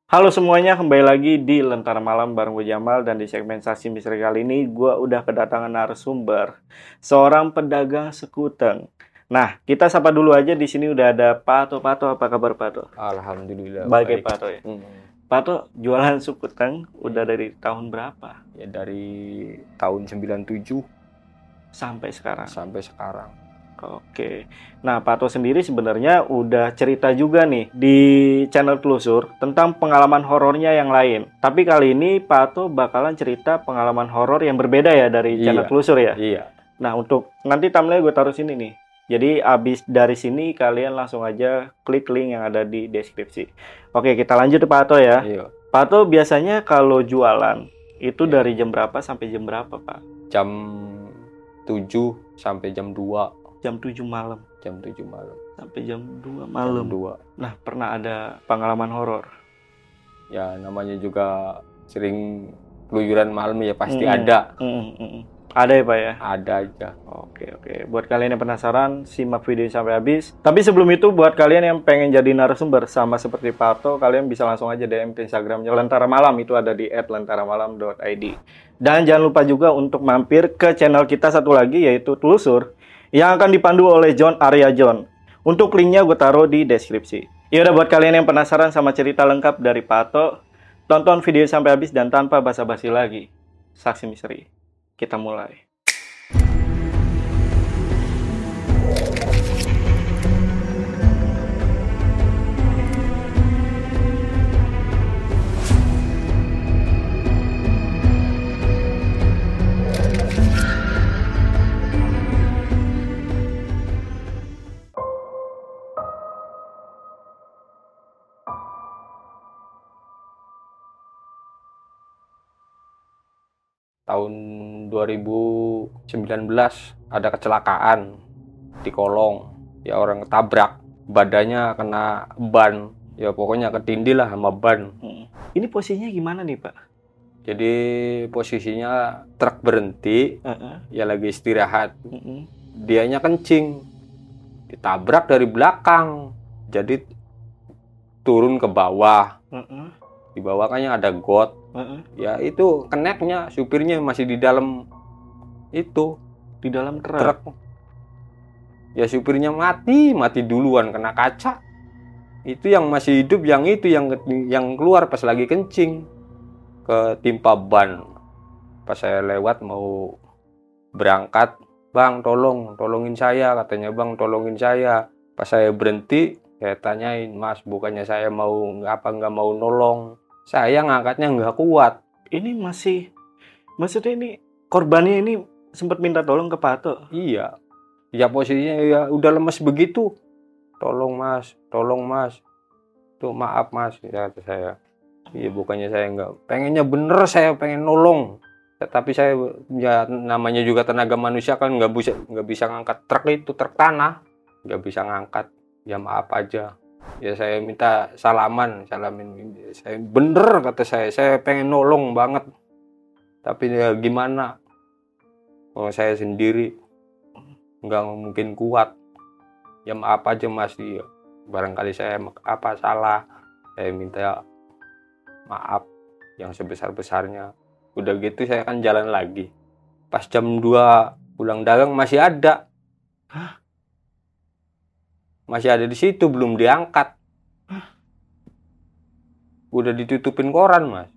Halo semuanya, kembali lagi di Lentera Malam bareng gue Jamal, dan di segmen Saksi Misteri kali ini gue udah kedatangan narasumber, seorang pedagang sekuteng. Nah, kita sapa dulu aja. Di sini udah ada Pato. Pato, apa kabar Pato? Alhamdulillah Baik baik. Pato ya. Pato jualan sekuteng udah dari tahun berapa Ya dari tahun 97 sampai sekarang? sampai sekarang. Oke. Nah, Pato sendiri sebenarnya udah cerita juga nih di channel Telusur tentang pengalaman horornya yang lain. Tapi kali ini Pato bakalan cerita pengalaman horor yang berbeda ya dari channel Iya, Telusur ya. iya. Nah, untuk nanti thumbnail gue taruh sini nih. Jadi abis dari sini kalian langsung aja klik link yang ada di deskripsi. Oke, kita lanjut ke Pato ya. Iya. Pato biasanya kalau jualan itu Iya. dari jam berapa sampai jam berapa, Pak? Jam 7 sampai jam 2. Jam 7 malam. Jam 7 malam. Sampai jam 2 malam. Jam 2. Nah, pernah ada pengalaman horor? Ya namanya juga sering keluyuran malam ya pasti ada. Ada ya, Pak ya? Ada aja. Oke. Buat kalian yang penasaran, simak video sampai habis. Tapi sebelum itu, buat kalian yang pengen jadi narasumber sama seperti Pato, kalian bisa langsung aja DM ke Instagramnya Lentera Malam. Itu ada di @lentaramalam.id. Dan jangan lupa juga untuk mampir ke channel kita satu lagi, yaitu Telusur, yang akan dipandu oleh John Arya John. Untuk linknya gue taruh di deskripsi. Ya udah, buat kalian yang penasaran sama cerita lengkap dari Pato, tonton video sampai habis dan tanpa basa-basi lagi. Saksi Misteri, kita mulai. Tahun 2019 ada kecelakaan di Kolong. Ya orang ketabrak, badannya kena ban. Ya pokoknya ketindih lah sama ban. Ini posisinya gimana nih, Pak? Jadi posisinya truk berhenti, ya lagi istirahat. Dianya kencing, ditabrak dari belakang. Jadi turun ke bawah. Di bawah kayaknya ada got. Ya itu keneknya, supirnya masih di dalam itu, di dalam truk. Ya supirnya mati duluan kena kaca. Itu yang masih hidup, yang keluar pas lagi kencing, ketimpa ban. Pas saya lewat mau berangkat, "Bang, tolongin saya," katanya. "Bang, tolongin saya." Pas saya berhenti, saya tanyain, "Mas, bukannya saya nggak mau nolong? Saya ngangkatnya nggak kuat." Ini maksudnya ini korbannya ini sempat minta tolong ke Pato? Iya. Ya posisinya ya udah lemes begitu. Tolong mas. Tuh maaf mas, kata saya. Iya bukannya saya nggak. Pengennya bener saya pengen nolong. Tapi saya ya namanya juga tenaga manusia kan nggak bisa ngangkat truk tanah. Nggak bisa ngangkat. Ya maaf aja. Ya saya minta salamin. Saya bener kata saya pengen nolong banget. Tapi ya gimana? Oh saya sendiri nggak mungkin kuat. Ya maaf aja mas, ya. Barangkali saya salah. Saya minta maaf yang sebesar-besarnya. Udah gitu saya kan jalan lagi. Pas jam 2 pulang dagang masih ada. Hah? Masih ada di situ, belum diangkat. Udah ditutupin koran, Mas.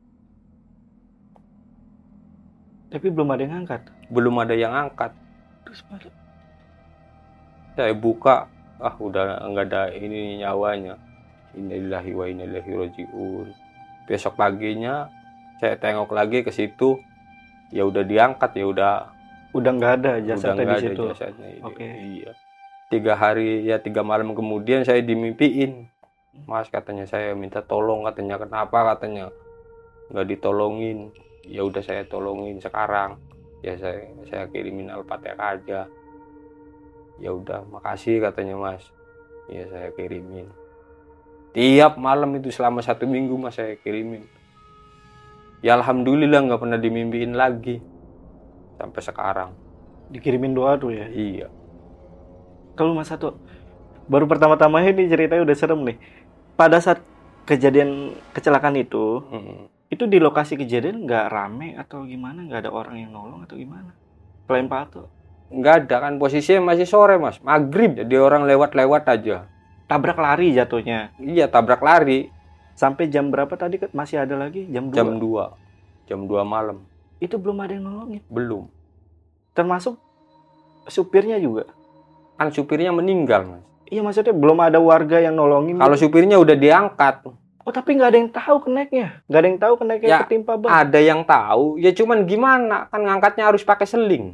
Tapi belum ada yang angkat? Belum ada yang angkat. Terus Pato? Saya buka, udah nggak ada ini nyawanya. Innalillahi wa inna ilaihi raji'un. Besok paginya saya tengok lagi ke situ, ya udah diangkat, ya udah nggak ada jasadnya di situ. Oke. Iya. 3 malam kemudian saya dimimpiin. Mas katanya saya minta tolong, katanya kenapa, katanya nggak ditolongin. Ya udah saya tolongin sekarang. Ya saya kirimin Al-Fatihah aja. Ya udah makasih katanya mas. Ya saya kirimin. Tiap malam itu selama 1 minggu mas saya kirimin. Ya alhamdulillah nggak pernah dimimpiin lagi sampai sekarang. Dikirimin doa tuh ya? Iya. Kalau Mas Sato, baru pertama-tama ini ceritanya udah serem nih. Pada saat kejadian kecelakaan itu Mm. di lokasi kejadian nggak rame atau gimana? Nggak ada orang yang nolong atau gimana? Selain Pak Ato. Nggak ada kan, posisinya masih sore mas, maghrib, jadi orang lewat-lewat aja. Tabrak lari jatuhnya. Iya, tabrak lari. Sampai jam berapa tadi? Masih ada lagi? Jam 2? Jam 2 malam. Itu belum ada yang nolongin? Belum. Termasuk supirnya juga? Kan supirnya meninggal mas. Iya, maksudnya belum ada warga yang nolongin. Kalau supirnya udah diangkat. Oh, tapi nggak ada yang tahu keneknya? Nggak ada yang tahu keneknya Ya, ketimpa ban? Ada yang tahu, ya cuman gimana, kan ngangkatnya harus pakai seling.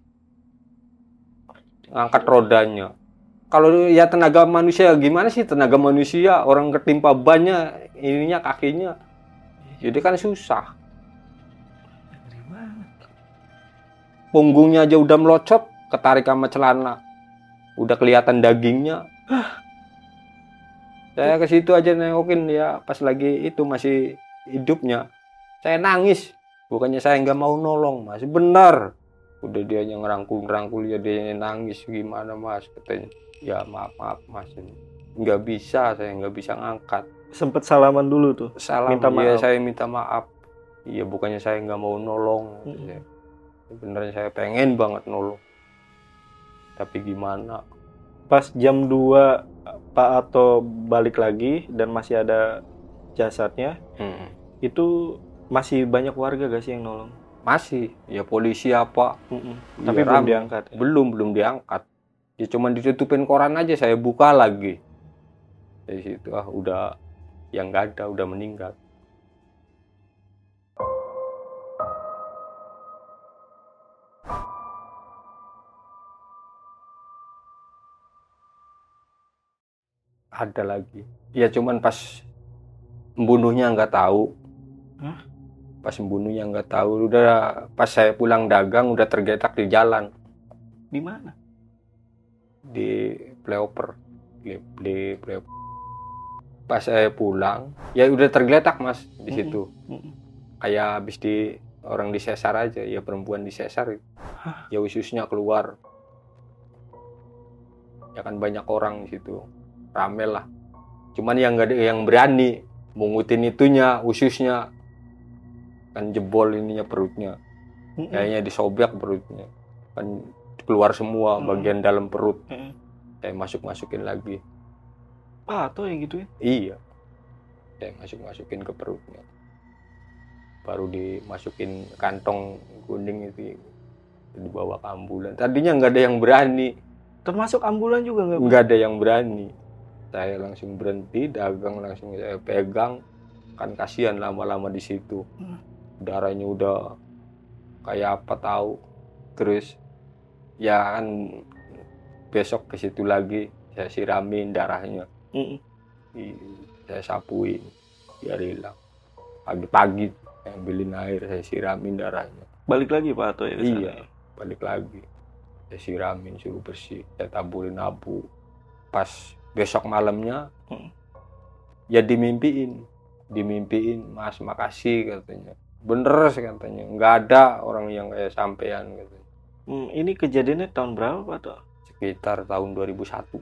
Ngangkat rodanya. Kalau ya tenaga manusia, gimana sih tenaga manusia, orang ketimpa bannya, ininya kakinya. Jadi kan susah. Punggungnya aja udah melocot, ketarik sama celana. Udah kelihatan dagingnya. Saya ke situ aja nengokin ya, pas lagi itu masih hidupnya. Saya nangis. Bukannya saya nggak mau nolong, mas. Benar. Udah dia yang ngerangkul ya, dia nangis. Gimana mas? Katanya, ya maaf mas. Nggak bisa, saya nggak bisa ngangkat. Sempet salaman dulu tuh? Salam, minta maaf. Ya saya minta maaf. Iya, bukannya saya nggak mau nolong. Beneran saya pengen banget nolong. Tapi gimana? Pas jam 2 Pak Ato balik lagi dan masih ada jasadnya, itu masih banyak warga gak sih yang nolong? Masih, ya polisi apa. Tapi belum diangkat ya? Belum diangkat. Ya cuman ditutupin koran aja, saya buka lagi. Dari situ udah yang nggak ada, udah meninggal. Ada lagi. Ya cuman pas pembunuhnya nggak tahu. Hah? Pas pembunuhnya nggak tahu. Udah pas saya pulang dagang udah tergeletak di jalan. Di mana? Di flyover. Di flyover. Pas saya pulang, ya udah tergeletak mas di situ. Kayak habis orang disesar aja, ya perempuan disesar. Ya ususnya keluar. Ya kan banyak orang di situ. Rame lah. Cuman yang nggak ada yang berani mungutin itunya, ususnya kan jebol ininya perutnya, kayaknya disobek perutnya, kan keluar semua bagian dalam perut. Saya masukin lagi. Pak Ato yang gituin? Iya, saya masukin ke perutnya, baru dimasukin kantong kuning itu, dibawa ke ambulan. Tadinya nggak ada yang berani. Termasuk ambulan juga nggak ada yang berani. Saya langsung berhenti, dagang langsung saya pegang, kan kasihan lama-lama di situ. Darahnya udah kayak apa tahu. Terus ya kan besok ke situ lagi saya siramin darahnya. Saya sapuin biar hilang. Pagi-pagi saya ambilin air, saya siramin darahnya. Balik lagi Pak Ato ya? Iya, balik lagi. Saya siramin, suruh bersih. Saya taburin abu. Pas besok malamnya ya dimimpiin, mas makasih katanya. Bener katanya, nggak ada orang yang kayak sampean katanya. Ini kejadiannya tahun berapa Pak Ato? Sekitar tahun 2001.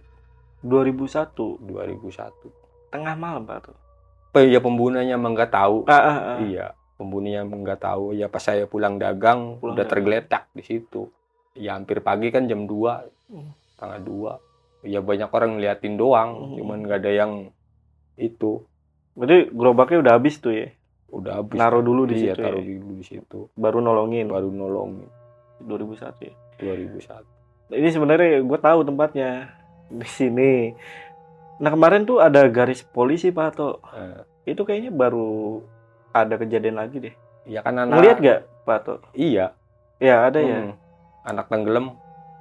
2001. Tengah malam Pak Ato. Ya pembunuhnya emang nggak tahu. Iya, pembunuhnya nggak tahu. Ya pas saya pulang dagang udah tergeletak di situ. Ya hampir pagi kan jam 2, setengah 2. Ya banyak orang ngeliatin doang, cuman nggak ada yang itu. Berarti gerobaknya udah habis tuh ya? Udah habis. Naruh dulu di situ. Iya, taruh dulu di situ. Baru nolongin. 2001 ya? 2001. Ini sebenarnya gue tahu tempatnya di sini. Nah kemarin tuh ada garis polisi Pak Ato. Itu kayaknya baru ada kejadian lagi deh. Iya kan anak. Ngeliat gak Pak Ato? Iya. Ya ada ya. Anak tenggelam.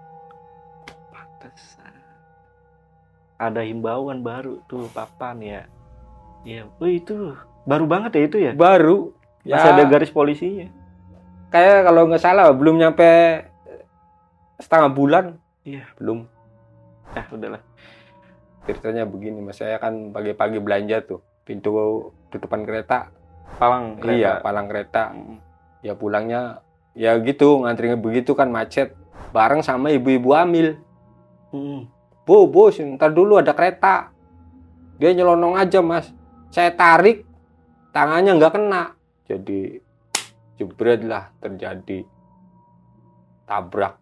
Ada himbauan baru tuh papan ya. Iya, itu baru banget ya itu ya? Baru. Masih ada garis polisinya. Kayak kalau nggak salah belum nyampe setengah bulan. Iya, belum. Udahlah. Ceritanya begini, mas, saya kan pagi-pagi belanja tuh, pintu tutupan kereta. Palang kereta. Iya, palang kereta. Ya pulangnya ya gitu, ngantrinya begitu kan macet. Bareng sama ibu-ibu hamil. Bu, ntar dulu ada kereta. Dia nyelonong aja mas. Saya tarik, tangannya nggak kena. Jadi jebret lah terjadi tabrak.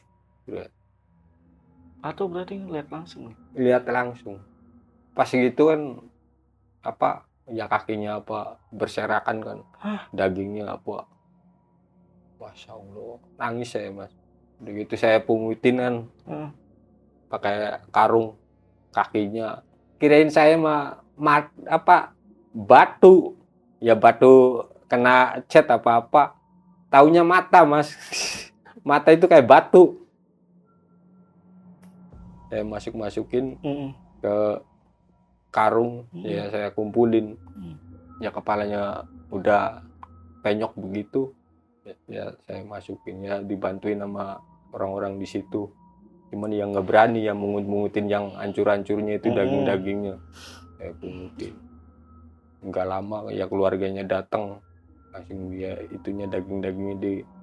Atau berarti ngeliat langsung nih? Lihat langsung. Pas gitu kan apa ya kakinya apa berserakan kan. Dagingnya apa. Masya Allah. Nangis saya mas. Udah gitu saya pungutin kan. Pakai karung kakinya. Kirain saya apa batu. Ya batu kena cat apa-apa. Taunya mata mas. Mata itu kayak batu. Saya masukin ke karung, ya saya kumpulin. Ya kepalanya udah penyok begitu. Ya saya masukin, ya dibantuin sama orang-orang di situ. Cuman yang nggak berani yang mungut-mungutin yang hancur-hancurnya itu daging-dagingnya. Saya pungutin. Nggak lama ya keluarganya datang. Langsung dia itunya daging-dagingnya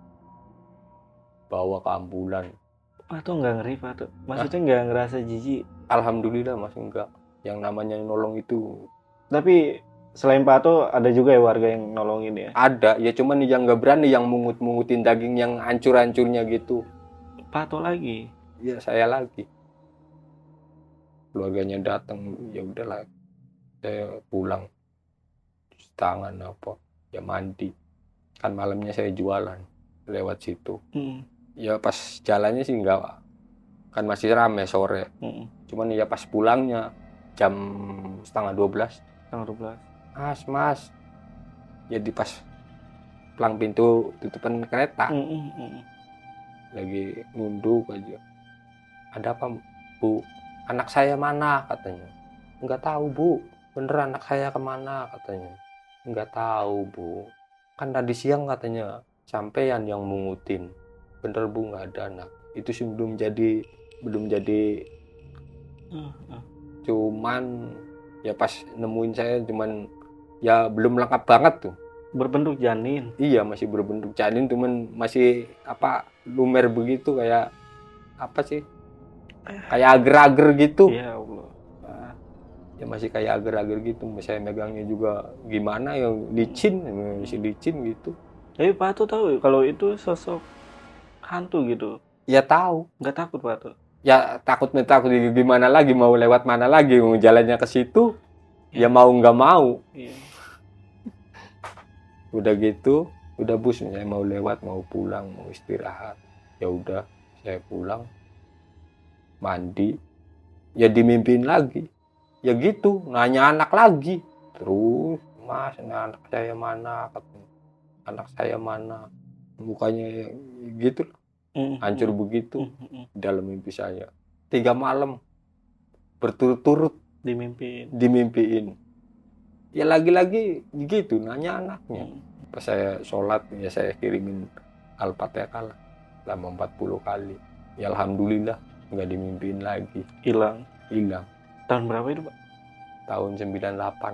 dibawa ke ambulan. Pak tuh nggak ngeri Pak tuh? Maksudnya nggak ngerasa jijik? Alhamdulillah mas enggak. Yang namanya nolong itu. Tapi selain Pak tuh ada juga ya warga yang nolongin ya? Ada, ya cuman yang nggak berani yang mungut-mungutin daging yang hancur-hancurnya gitu. Pak tuh lagi? Ya saya lagi. Keluarganya datang, ya udahlah. Saya pulang. Cuci tangan apa, ya mandi. Kan malamnya saya jualan lewat situ. Ya pas jalannya sih enggak, kan masih rame sore. Cuman ya pas pulangnya jam 11:30. Mas, jadi pas pelang pintu tutupan kereta, lagi nunduk aja. Ada apa bu? Anak saya mana katanya? Enggak tahu bu, bener anak saya kemana katanya? Enggak tahu bu, kan tadi siang katanya sampean yang mungutin. Bener bu, nggak ada anak. Itu sih belum jadi. Cuman ya pas nemuin saya cuman ya belum lengkap banget tuh. Berbentuk janin? Iya masih berbentuk janin, cuman masih apa lumer begitu, kayak apa sih? Kayak ager-ager gitu. Ya Allah. Ya masih kayak ager-ager gitu. Saya megangnya juga gimana ya, licin, masih licin gitu. Tapi Pak tuh tahu kalau itu sosok hantu gitu? Ya tahu. Nggak takut Pak tuh? Ya takut gimana lagi, mau lewat mana lagi, mau jalannya ke situ ya mau nggak mau. Udah gitu, udah bus, saya mau lewat, mau pulang, mau istirahat. Ya udah, saya pulang, mandi, ya dimimpiin lagi. Ya gitu, nanya anak lagi. Terus, mas, anak saya mana? Anak saya mana? Mukanya gitu, hancur begitu dalam mimpi saya. 3 malam berturut-turut dimimpiin. Ya lagi-lagi gitu nanya anaknya. Pas saya sholat ya saya kirimin Al-Fatihah lah selama 40 kali. Ya alhamdulillah nggak dimimpiin lagi. Hilang. Tahun berapa itu Pak? Tahun 98.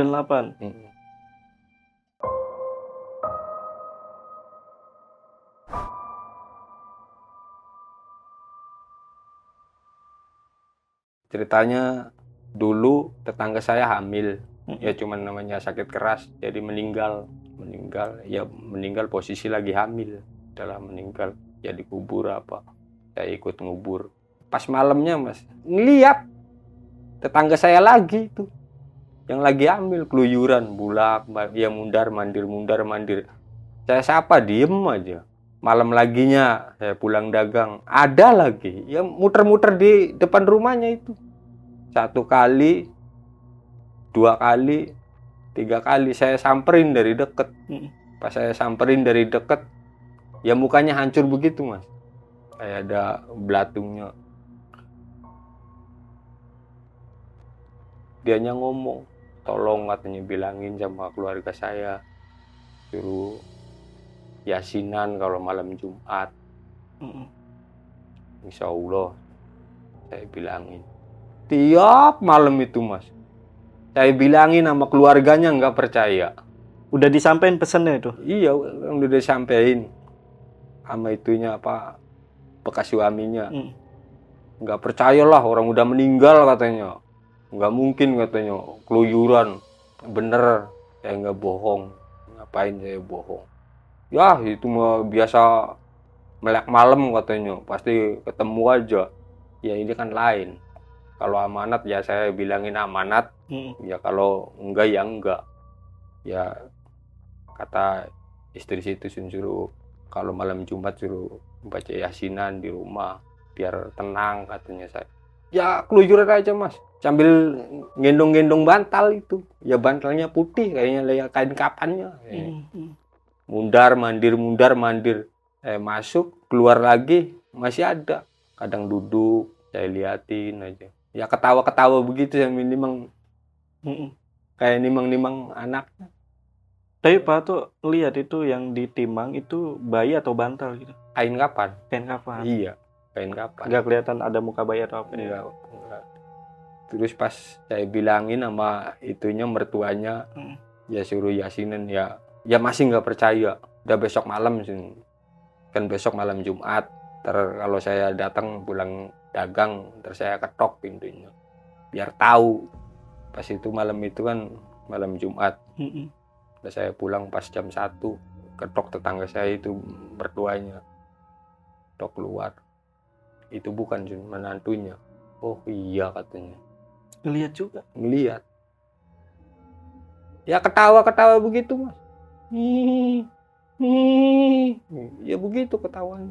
Ceritanya dulu tetangga saya hamil, ya cuman namanya sakit keras, jadi meninggal posisi lagi hamil, dalam meninggal, ya dikubur apa, saya ikut ngubur. Pas malamnya mas, ngeliat tetangga saya lagi tuh, yang lagi hamil, keluyuran, bulak, ya mundar mandir. Saya sapa, diem aja. Malam laginya saya pulang dagang, ada lagi ya muter-muter di depan rumahnya itu. 1 kali, 2 kali, 3 kali saya samperin dari deket. Pas saya samperin dari deket, ya mukanya hancur begitu mas, kayak ada belatungnya. Dianya ngomong, tolong katanya bilangin sama keluarga saya, suruh yasinan kalau malam Jumat. Insya Allah saya bilangin. Tiap malam itu mas, saya bilangin sama keluarganya nggak percaya. Udah disampaikan pesannya itu? Iya, udah disampaikan sama itunya apa, bekas suaminya. Nggak percayalah, orang udah meninggal katanya. Nggak mungkin katanya keluyuran. bener, saya nggak bohong. Ngapain saya bohong? Ya itu mah biasa melek malam katanya, pasti ketemu aja. Ya ini kan lain. Kalau amanat ya saya bilangin amanat. Ya kalau enggak ya enggak. Ya kata istri situ suruh kalau malam Jumat suruh baca yasinan di rumah biar tenang katanya saya. Ya keluyuran aja mas, sambil gendong-gendong bantal itu. Ya bantalnya putih kayaknya kain kapannya. Mundar mandir. Saya masuk keluar lagi masih ada. Kadang duduk saya liatin aja. Ya ketawa-ketawa begitu ya nimang. Kayak nimang anaknya. Tapi Pak tuh lihat itu yang ditimang itu bayi atau bantal gitu. Kain kapan? Kain kapan? Iya, kain kapan. Nggak kelihatan ada muka bayi atau apa ya? Enggak. Terus pas saya bilangin sama itunya mertuanya, ya suruh yasinin ya masih nggak percaya. Udah besok malam sih, kan besok malam Jumat. Kalau saya datang pulang dagang, terus saya ketok pintunya, biar tahu. Pas itu malam itu kan malam Jumat. Udah saya pulang pas jam 1, ketok tetangga saya itu mertuanya, ketok keluar. Itu bukan menantunya. Oh iya katanya. Ngelihat juga. Ngelihat. Ya ketawa-ketawa begitu mas. Ya begitu ketawanya.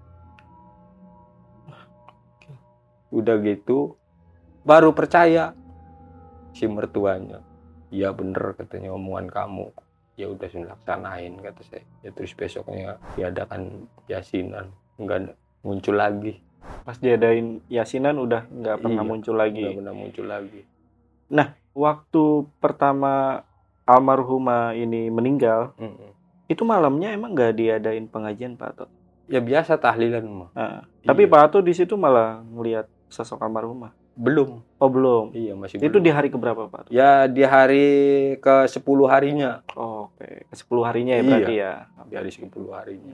Udah gitu baru percaya si mertuanya. Iya bener katanya omongan kamu. Ya udah laksanain kata saya. Ya terus besoknya diadakan yasinan, enggak muncul lagi. Pas diadain yasinan udah nggak pernah muncul lagi. Nggak pernah muncul lagi. Nah waktu pertama almarhumah ini meninggal, itu malamnya emang nggak diadain pengajian Pak Ato? Ya biasa tahlilan mah. Tapi Pak Ato di situ malah ngelihat sosok almarhumah. Belum. Oh belum. Iya masih itu belum. Di hari keberapa Pak? Ya di hari ke 10 harinya. Oh, oke. Ke 10 harinya ya berarti ya. Di hari 10 harinya.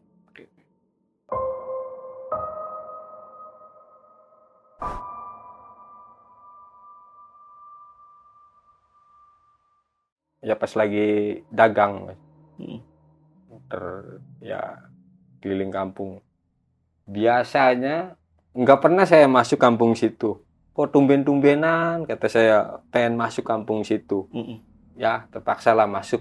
Ya pas lagi dagang mas. Ya keliling kampung. Biasanya nggak pernah saya masuk kampung situ. Kok tumben-tumbenan kata saya pengen masuk kampung situ. Ya terpaksa lah masuk.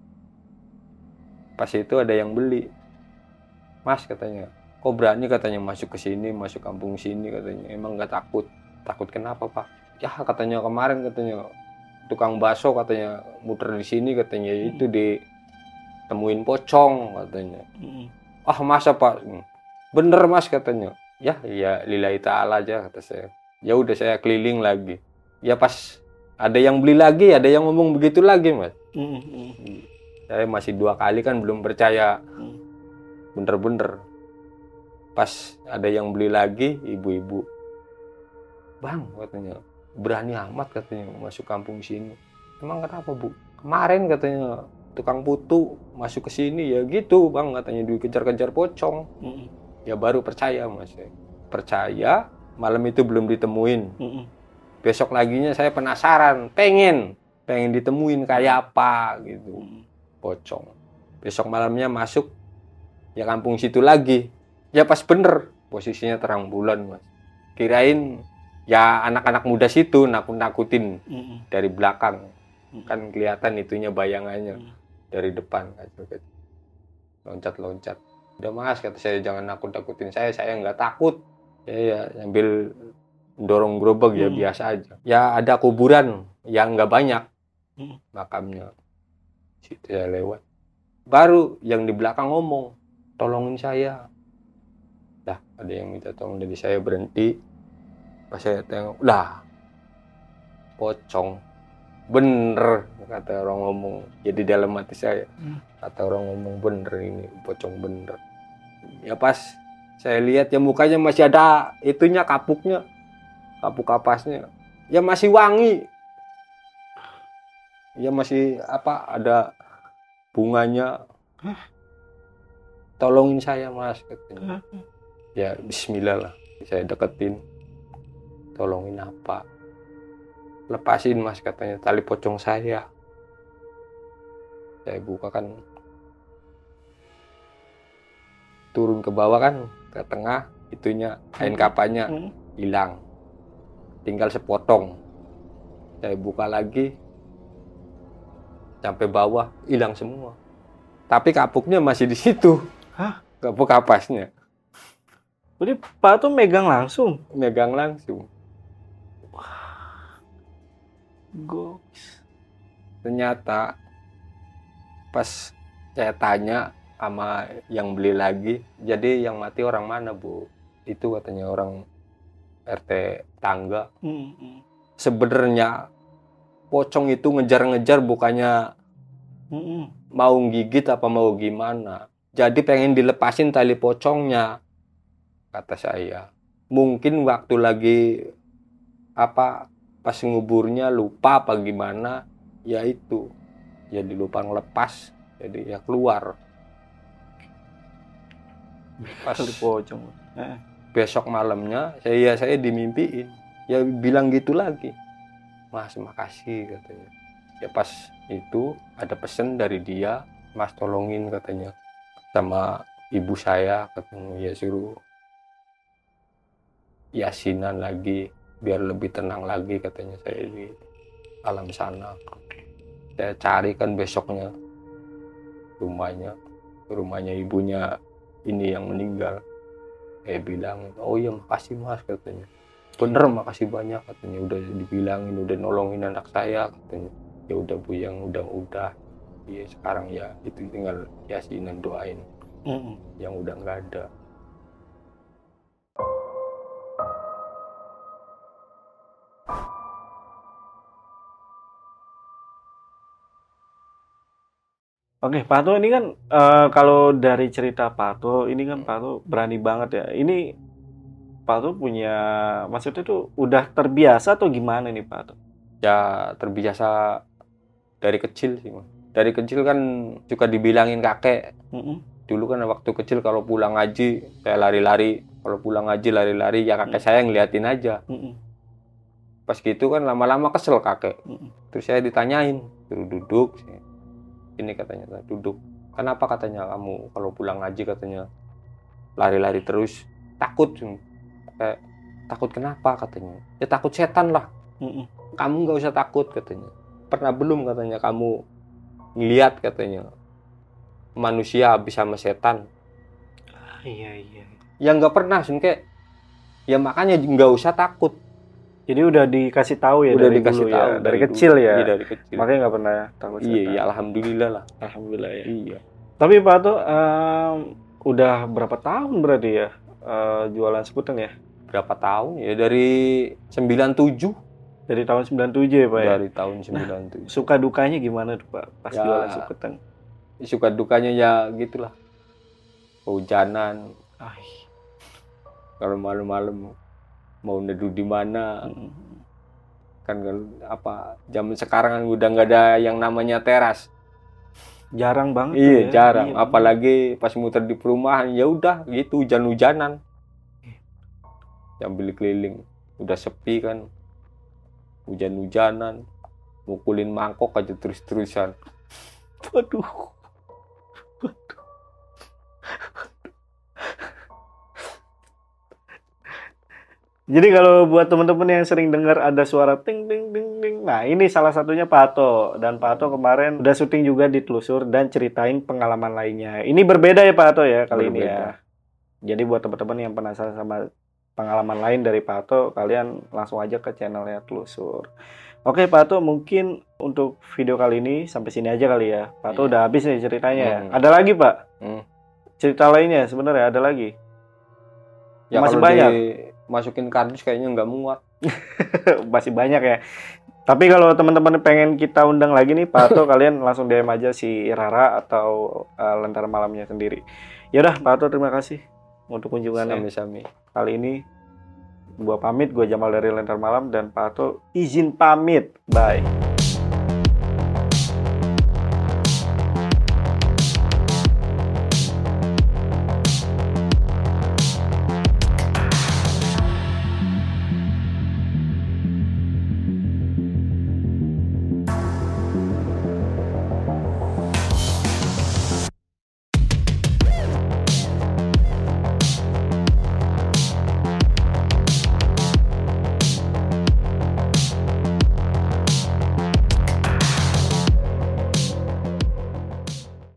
Pas itu ada yang beli. Mas katanya, kok berani katanya masuk ke sini, masuk kampung sini katanya. Emang nggak takut? Takut kenapa Pak? Ya katanya kemarin katanya tukang bakso katanya muter di sini katanya itu ditemuin pocong katanya. Ah masa Pak? Bener Mas katanya. Ya lillahi ta'ala aja kata saya. Ya udah saya keliling lagi. Ya pas ada yang beli lagi, ada yang ngomong begitu lagi mas. Saya masih 2 kali kan belum percaya. Bener-bener. Pas ada yang beli lagi, ibu-ibu. Bang katanya, berani amat katanya masuk kampung sini. Emang kenapa bu? Kemarin katanya tukang putu masuk ke sini ya gitu bang katanya dikejar-kejar pocong. Ya baru percaya mas. Percaya. Malam itu belum ditemuin. Besok laginya saya penasaran, pengen ditemuin kayak apa gitu. Pocong. Besok malamnya masuk ya kampung situ lagi. Ya pas bener posisinya terang bulan mas. Kirain ya anak-anak muda situ nakut-nakutin dari belakang. Kan kelihatan itunya bayangannya dari depan. Loncat-loncat. Udah mas kata saya jangan nakut-nakutin saya nggak takut. Ya sambil dorong gerobak ya biasa aja. Ya ada kuburan yang nggak banyak makamnya. Situ saya lewat. Baru yang di belakang ngomong, tolongin saya. Dah ada yang minta tolong dari saya berhenti. Pas saya tengok, lah pocong. Bener kata orang ngomong. Jadi dalam hati saya kata orang ngomong bener ini pocong bener. Ya pas saya lihat ya mukanya masih ada itunya kapuk kapasnya. Ya masih wangi. Ya masih ada bunganya. Tolongin saya mas katanya. Ya bismillah lah. Saya deketin. Tolongin apa? Lepasin mas katanya tali pocong saya. Saya buka kan, turun ke bawah kan, ke tengah itunya kain kapannya hilang, tinggal sepotong. Saya buka lagi sampai bawah, hilang semua, tapi kapuknya masih di situ. Hah? Kapuk kapasnya Jadi Pak tuh megang langsung. megang langsung. Goks. Ternyata pas saya tanya sama yang beli lagi, jadi yang mati orang mana, Bu? Itu katanya orang RT tangga. Sebenarnya pocong itu ngejar-ngejar, bukannya mau gigit apa mau gimana. Jadi pengen dilepasin tali pocongnya, kata saya. Mungkin waktu lagi apa pas nguburnya lupa apa gimana, ya itu. Jadi lupa ngelepas, jadi ya keluar. Pas Tali pocong. besok malamnya saya dimimpiin, ya bilang gitu lagi, Mas makasih katanya. Ya pas itu ada pesan dari dia, Mas tolongin katanya sama ibu saya, katanya ya suruh yasinan lagi biar lebih tenang lagi, katanya saya di alam sana. Saya cari kan besoknya rumahnya ibunya ini yang meninggal. Saya bilang, oh iya makasih Mas katanya. Bener makasih banyak katanya, udah dibilangin, udah nolongin anak saya katanya. Ya udah Bu, yang udah ya sekarang ya itu tinggal yasinan doain yang udah nggak ada. Oke, Pak Arto ini kan kalau dari cerita Pak Arto ini kan Pak Arto berani banget ya. Ini Pak Arto punya, maksudnya tuh udah terbiasa atau gimana nih Pak Arto? Ya terbiasa dari kecil sih Mas. Dari kecil kan suka dibilangin kakek. Dulu kan waktu kecil kalau pulang ngaji saya lari-lari. Kalau pulang ngaji lari-lari, ya kakek saya ngeliatin aja. Pas gitu kan lama-lama kesel kakek. Terus saya ditanyain, suruh duduk. Ini katanya, duduk. Kenapa katanya kamu kalau pulang ngaji katanya lari-lari terus? Takut. Kayak takut kenapa katanya? Ya takut setan lah. Kamu nggak usah takut katanya. Pernah belum katanya kamu ngeliat katanya manusia habis sama setan? Iya. Ya nggak pernah sih, kayak ya makanya nggak usah takut. Jadi udah dikasih tahu ya, Udah dari dikasih dulu tahu ya, dari kecil dulu. ya. Iya, dari kecil. Makanya nggak pernah takut setan. Iya, alhamdulillah lah. Alhamdulillah ya. Iya. Tapi Pak Arto udah berapa tahun berarti ya jualan sekuten ya? Berapa tahun ya? Dari 97. Dari tahun 97 ya Pak ya? Dari tahun 97. Suka dukanya gimana tuh Pak pas Ya, jualan sekuten? Suka dukanya ya gitulah. Kehujanan. Kalau malam-malam mau neduh di mana? Kan apa zaman sekarang kan udah nggak ada yang namanya teras. Jarang banget. Iya, ya. jarang. Iya, apalagi pas muter di perumahan, ya udah gitu hujan-hujanan. Sambil keliling, udah sepi kan. Hujan-hujanan, mukulin mangkok aja terus-terusan. Waduh. Jadi kalau buat teman-teman yang sering dengar ada suara ting ting ting ting, nah ini salah satunya Pak Arto. Dan Pak Arto kemarin udah syuting juga di Telusur dan ceritain pengalaman lainnya. Ini berbeda ya Pak Arto ya kali ini ya. Jadi buat teman-teman yang penasaran sama pengalaman lain dari Pak Arto, kalian langsung aja ke channelnya Telusur. Oke Pak Arto, mungkin untuk video kali ini sampai sini aja kali ya. Pak Arto udah habis nih ceritanya. Ada lagi Pak? Cerita lainnya sebenarnya ada lagi? Ya, masih kalau banyak. Masukin kardus kayaknya nggak muat. Masih banyak ya. Tapi kalau teman-teman pengen kita undang lagi nih Pak Arto, kalian langsung DM aja si Rara atau Lentera Malamnya sendiri. Yaudah Pak Arto, terima kasih untuk kunjungannya. Sami-sami. Kali ini gua pamit, gua Jamal dari Lentera Malam, dan Pak Arto izin pamit. Bye.